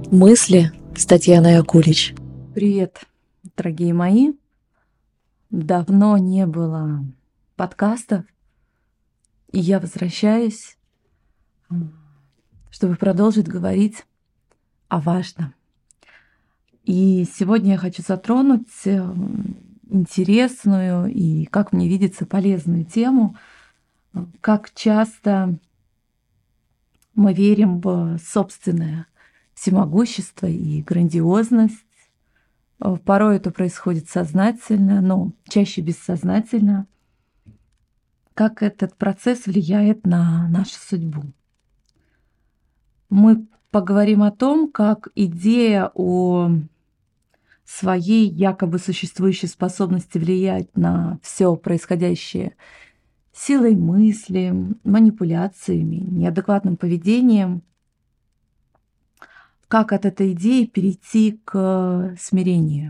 Мысли с Татьяной Акулич. Привет, дорогие мои. Давно не было подкастов, и я возвращаюсь, чтобы продолжить говорить о важном. И сегодня я хочу затронуть интересную и, как мне видится, полезную тему, как часто мы верим в собственное всемогущество и грандиозность. Порой это происходит сознательно, но чаще бессознательно. Как этот процесс влияет на нашу судьбу. Мы поговорим о том, как идея о своей якобы существующей способности влиять на все происходящее силой мысли, манипуляциями, неадекватным поведением, как от этой идеи перейти к смирению.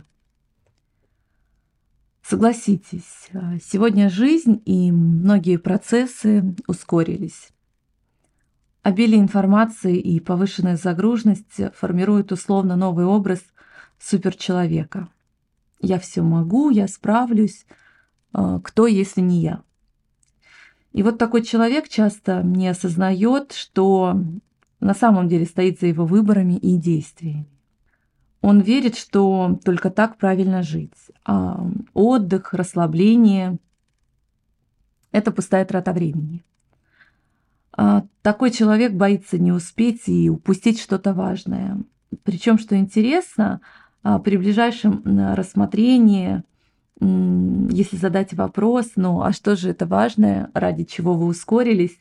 Согласитесь, сегодня жизнь и многие процессы ускорились. Обилие информации и повышенная загруженность формируют условно новый образ суперчеловека. Я все могу, я справлюсь, кто, если не я. И вот такой человек часто не осознает, что на самом деле стоит за его выборами и действиями. Он верит, что только так правильно жить. А отдых, расслабление – это пустая трата времени. Такой человек боится не успеть и упустить что-то важное. Причем, что интересно, при ближайшем рассмотрении, если задать вопрос, ну а что же это важное, ради чего вы ускорились,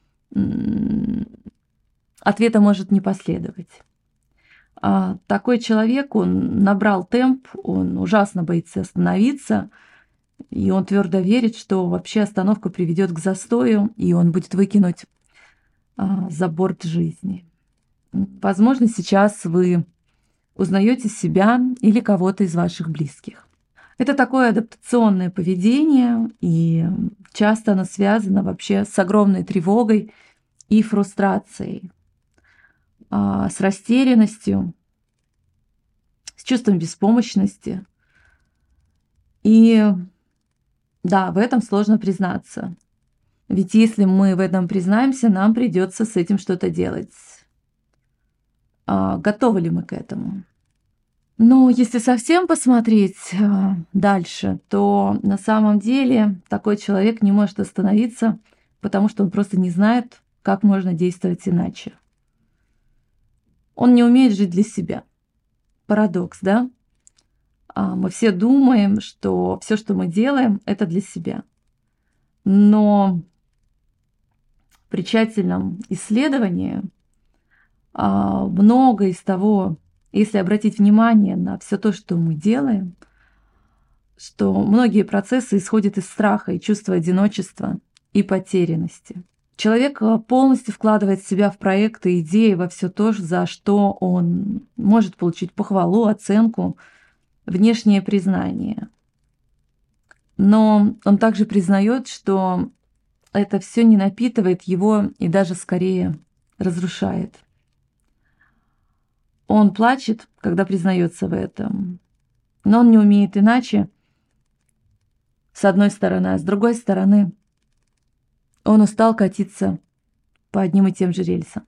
ответа может не последовать. Такой человек, он набрал темп, он ужасно боится остановиться, и он твердо верит, что вообще остановка приведет к застою, и он будет выкинуть за борт жизни. Возможно, сейчас вы узнаете себя или кого-то из ваших близких. Это такое адаптационное поведение, и часто оно связано вообще с огромной тревогой и фрустрацией, с растерянностью, с чувством беспомощности. И да, в этом сложно признаться. Ведь если мы в этом признаемся, нам придется с этим что-то делать. Готовы ли мы к этому? Но если совсем посмотреть дальше, то на самом деле такой человек не может остановиться, потому что он просто не знает, как можно действовать иначе. Он не умеет жить для себя. Парадокс, да? Мы все думаем, что все, что мы делаем, это для себя. Но при тщательном исследовании много из того, если обратить внимание на все то, что мы делаем, что многие процессы исходят из страха и чувства одиночества и потерянности. Человек полностью вкладывает себя в проекты, идеи, во все то, за что он может получить похвалу, оценку, внешнее признание. Но он также признает, что это все не напитывает его и даже скорее разрушает. Он плачет, когда признается в этом, но он не умеет иначе, с одной стороны, а с другой стороны, он устал катиться по одним и тем же рельсам.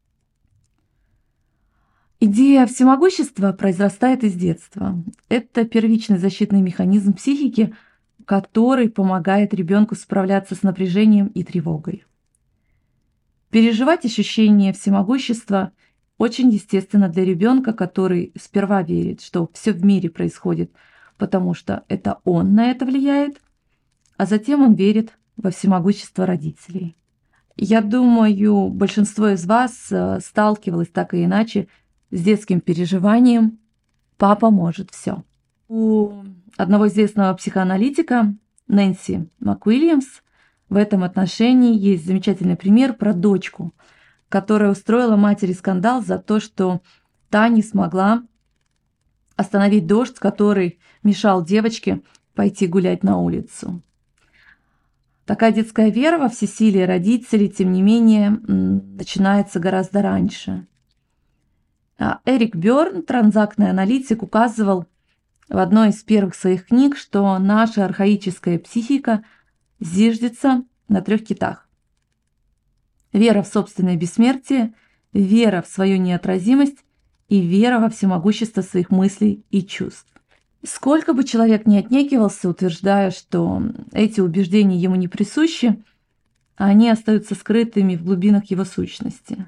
Идея всемогущества произрастает из детства. Это первичный защитный механизм психики, который помогает ребенку справляться с напряжением и тревогой. Переживать ощущение всемогущества очень естественно для ребенка, который сперва верит, что все в мире происходит, потому что это он на это влияет, а затем он верит во всемогущество родителей. Я думаю, большинство из вас сталкивалось так и иначе с детским переживанием «папа может все». У одного известного психоаналитика Нэнси МакУильямс в этом отношении есть замечательный пример про дочку, которая устроила матери скандал за то, что та не смогла остановить дождь, который мешал девочке пойти гулять на улицу. Такая детская вера во всесилие родителей, тем не менее, начинается гораздо раньше. Эрик Бёрн, транзактный аналитик, указывал в одной из первых своих книг, что наша архаическая психика зиждется на 3 китах. Вера в собственное бессмертие, вера в свою неотразимость и вера во всемогущество своих мыслей и чувств. Сколько бы человек ни отнекивался, утверждая, что эти убеждения ему не присущи, они остаются скрытыми в глубинах его сущности.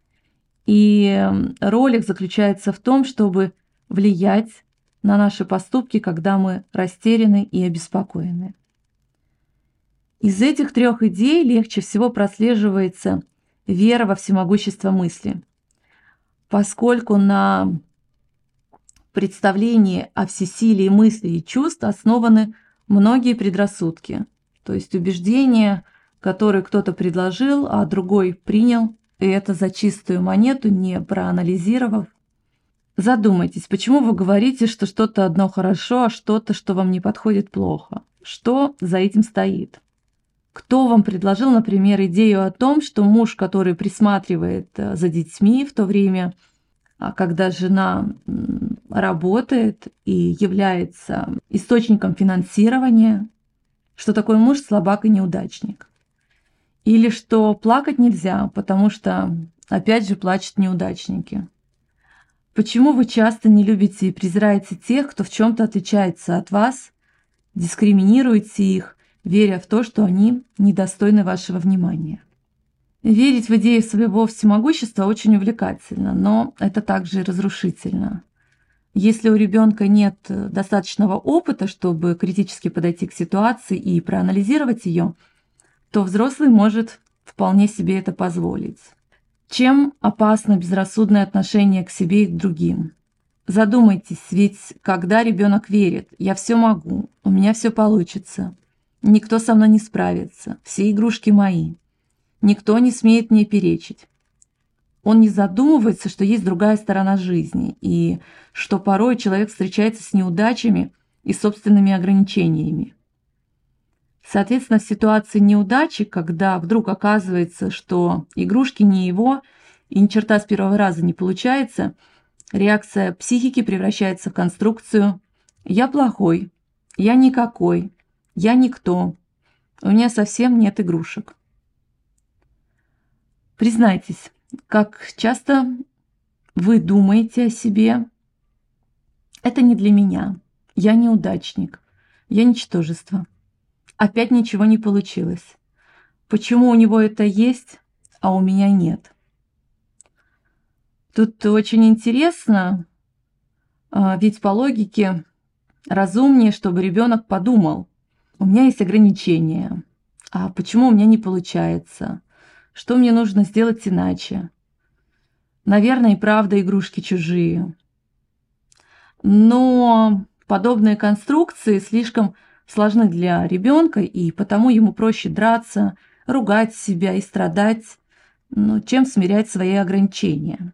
И роль их заключается в том, чтобы влиять на наши поступки, когда мы растеряны и обеспокоены. Из этих 3 идей легче всего прослеживается вера во всемогущество мысли, поскольку на представлении о всесилии мыслей и чувств основаны многие предрассудки, то есть убеждения, которые кто-то предложил, а другой принял, и это за чистую монету, не проанализировав. Задумайтесь, почему вы говорите, что что-то одно хорошо, а что-то, что вам не подходит, плохо? Что за этим стоит? Кто вам предложил, например, идею о том, что муж, который присматривает за детьми в то время, когда жена работает и является источником финансирования, что такой муж слабак и неудачник? Или что плакать нельзя, потому что, опять же, плачут неудачники? Почему вы часто не любите и презираете тех, кто в чем-то отличается от вас, дискриминируете их, веря в то, что они недостойны вашего внимания? Верить в идею своего всемогущества очень увлекательно, но это также и разрушительно. Если у ребенка нет достаточного опыта, чтобы критически подойти к ситуации и проанализировать ее, то взрослый может вполне себе это позволить. Чем опасно безрассудное отношение к себе и к другим? Задумайтесь, ведь когда ребенок верит: «Я все могу, у меня все получится, никто со мной не справится, все игрушки мои, никто не смеет мне перечить», он не задумывается, что есть другая сторона жизни, и что порой человек встречается с неудачами и собственными ограничениями. Соответственно, в ситуации неудачи, когда вдруг оказывается, что игрушки не его и ни черта с первого раза не получается, реакция психики превращается в конструкцию «я плохой», «я никакой», «я никто», «у меня совсем нет игрушек». Признайтесь, как часто вы думаете о себе: «Это не для меня, я неудачник, я ничтожество, опять ничего не получилось. Почему у него это есть, а у меня нет?» Тут очень интересно, ведь по логике разумнее, чтобы ребенок подумал: у меня есть ограничения, а почему у меня не получается? Что мне нужно сделать иначе? Наверное, и правда игрушки чужие. Но подобные конструкции слишком сложны для ребенка, и потому ему проще драться, ругать себя и страдать, чем смирять свои ограничения,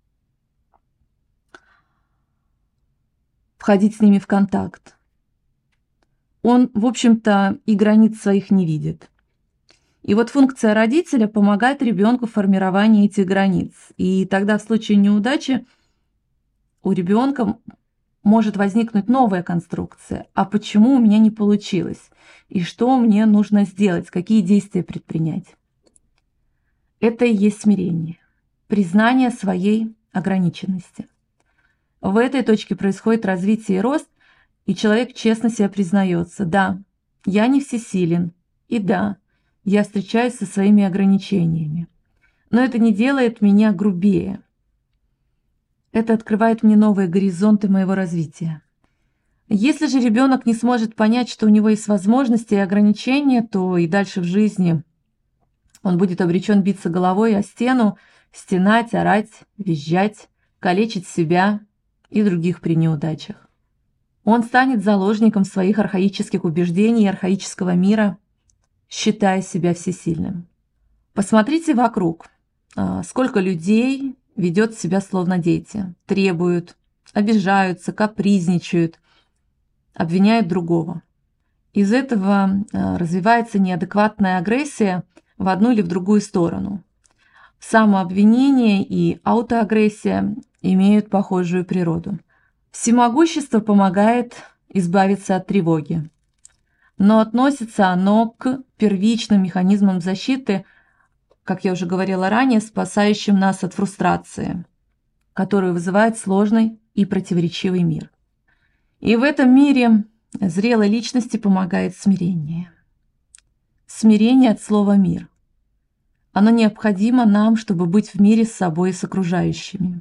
входить с ними в контакт. Он, в общем-то, и границ своих не видит. И вот функция родителя помогает ребенку в формировании этих границ. И тогда в случае неудачи у ребенка может возникнуть новая конструкция. А почему у меня не получилось? И что мне нужно сделать? Какие действия предпринять? Это и есть смирение, признание своей ограниченности. В этой точке происходит развитие и рост, и человек честно себя признается: да, я не всесилен, и да, я встречаюсь со своими ограничениями. Но это не делает меня грубее. Это открывает мне новые горизонты моего развития. Если же ребенок не сможет понять, что у него есть возможности и ограничения, то и дальше в жизни он будет обречен биться головой о стену, стенать, орать, визжать, калечить себя и других при неудачах. Он станет заложником своих архаических убеждений и архаического мира, считая себя всесильным. Посмотрите вокруг. Сколько людей ведет себя словно дети, требуют, обижаются, капризничают, обвиняют другого. Из этого развивается неадекватная агрессия в одну или в другую сторону. Самообвинение и аутоагрессия имеют похожую природу. Всемогущество помогает избавиться от тревоги, но относится оно к первичным механизмам защиты, как я уже говорила ранее, спасающим нас от фрустрации, которую вызывает сложный и противоречивый мир. И в этом мире зрелой личности помогает смирение. Смирение от слова «мир». Оно необходимо нам, чтобы быть в мире с собой и с окружающими.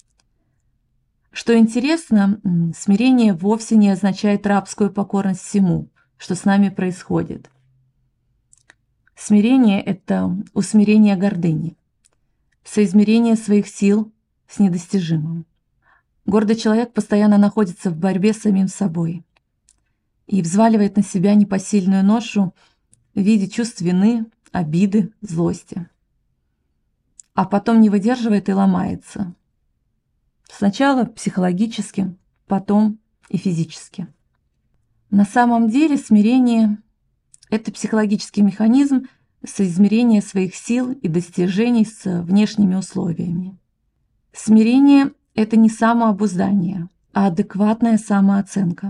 Что интересно, смирение вовсе не означает рабскую покорность всему, что с нами происходит. Смирение – это усмирение гордыни, соизмерение своих сил с недостижимым. Гордый человек постоянно находится в борьбе с самим собой и взваливает на себя непосильную ношу в виде чувств вины, обиды, злости. А потом не выдерживает и ломается. Сначала психологически, потом и физически. На самом деле смирение – это психологический механизм соизмерения своих сил и достижений с внешними условиями. Смирение – это не самообуздание, а адекватная самооценка.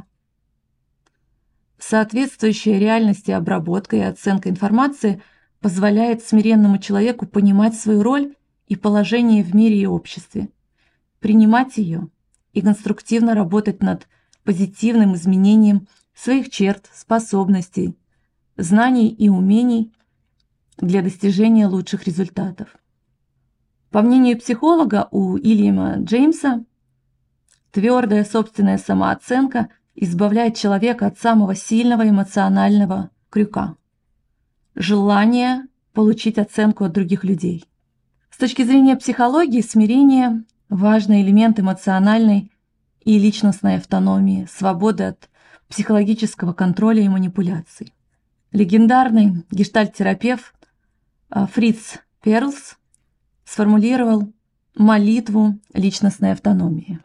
Соответствующая реальности обработка и оценка информации позволяет смиренному человеку понимать свою роль и положение в мире и обществе, принимать ее и конструктивно работать над позитивным изменением своих черт, способностей, знаний и умений для достижения лучших результатов. По мнению психолога Уильяма Джеймса, твердая собственная самооценка избавляет человека от самого сильного эмоционального крюка – желания получить оценку от других людей. С точки зрения психологии, смирение – важный элемент эмоциональной и личностной автономии, свободы от психологического контроля и манипуляций. Легендарный гештальт-терапевт Фриц Перлс сформулировал молитву личностной автономии.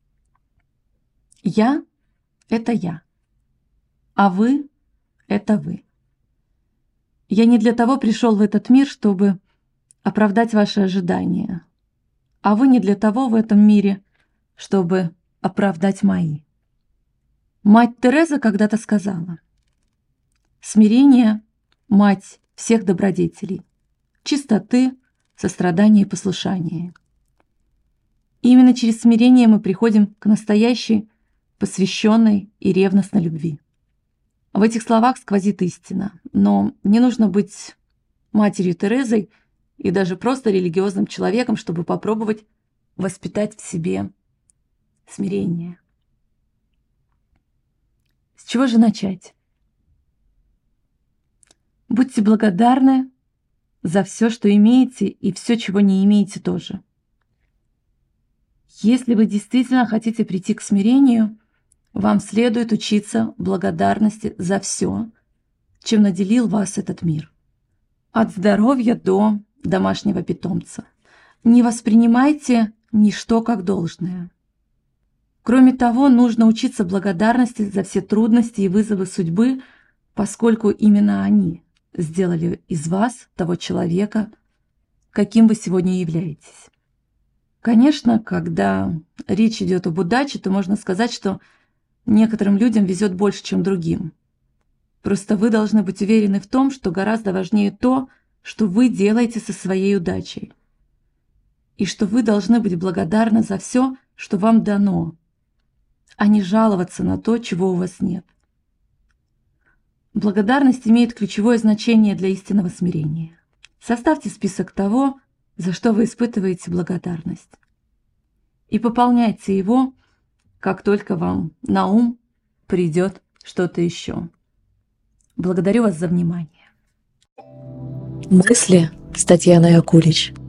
«Я – это я, а вы – это вы. Я не для того пришел в этот мир, чтобы оправдать ваши ожидания, а вы не для того в этом мире, чтобы оправдать мои». Мать Тереза когда-то сказала: «Смирение – мать всех добродетелей, чистоты, сострадания и послушания». Именно через смирение мы приходим к настоящей, посвященной и ревностной любви. В этих словах сквозит истина, но не нужно быть матерью Терезой и даже просто религиозным человеком, чтобы попробовать воспитать в себе смирение. С чего же начать? Будьте благодарны за все, что имеете, и все, чего не имеете тоже. Если вы действительно хотите прийти к смирению, вам следует учиться благодарности за все, чем наделил вас этот мир. От здоровья до домашнего питомца. Не воспринимайте ничто как должное. Кроме того, нужно учиться благодарности за все трудности и вызовы судьбы, поскольку именно они сделали из вас того человека, каким вы сегодня являетесь. Конечно, когда речь идет об удаче, то можно сказать, что некоторым людям везет больше, чем другим. Просто вы должны быть уверены в том, что гораздо важнее то, что вы делаете со своей удачей. И что вы должны быть благодарны за все, что вам дано, а не жаловаться на то, чего у вас нет. Благодарность имеет ключевое значение для истинного смирения. Составьте список того, за что вы испытываете благодарность, и пополняйте его, как только вам на ум придет что-то еще. Благодарю вас за внимание. Мысли с Татьяной Акулич.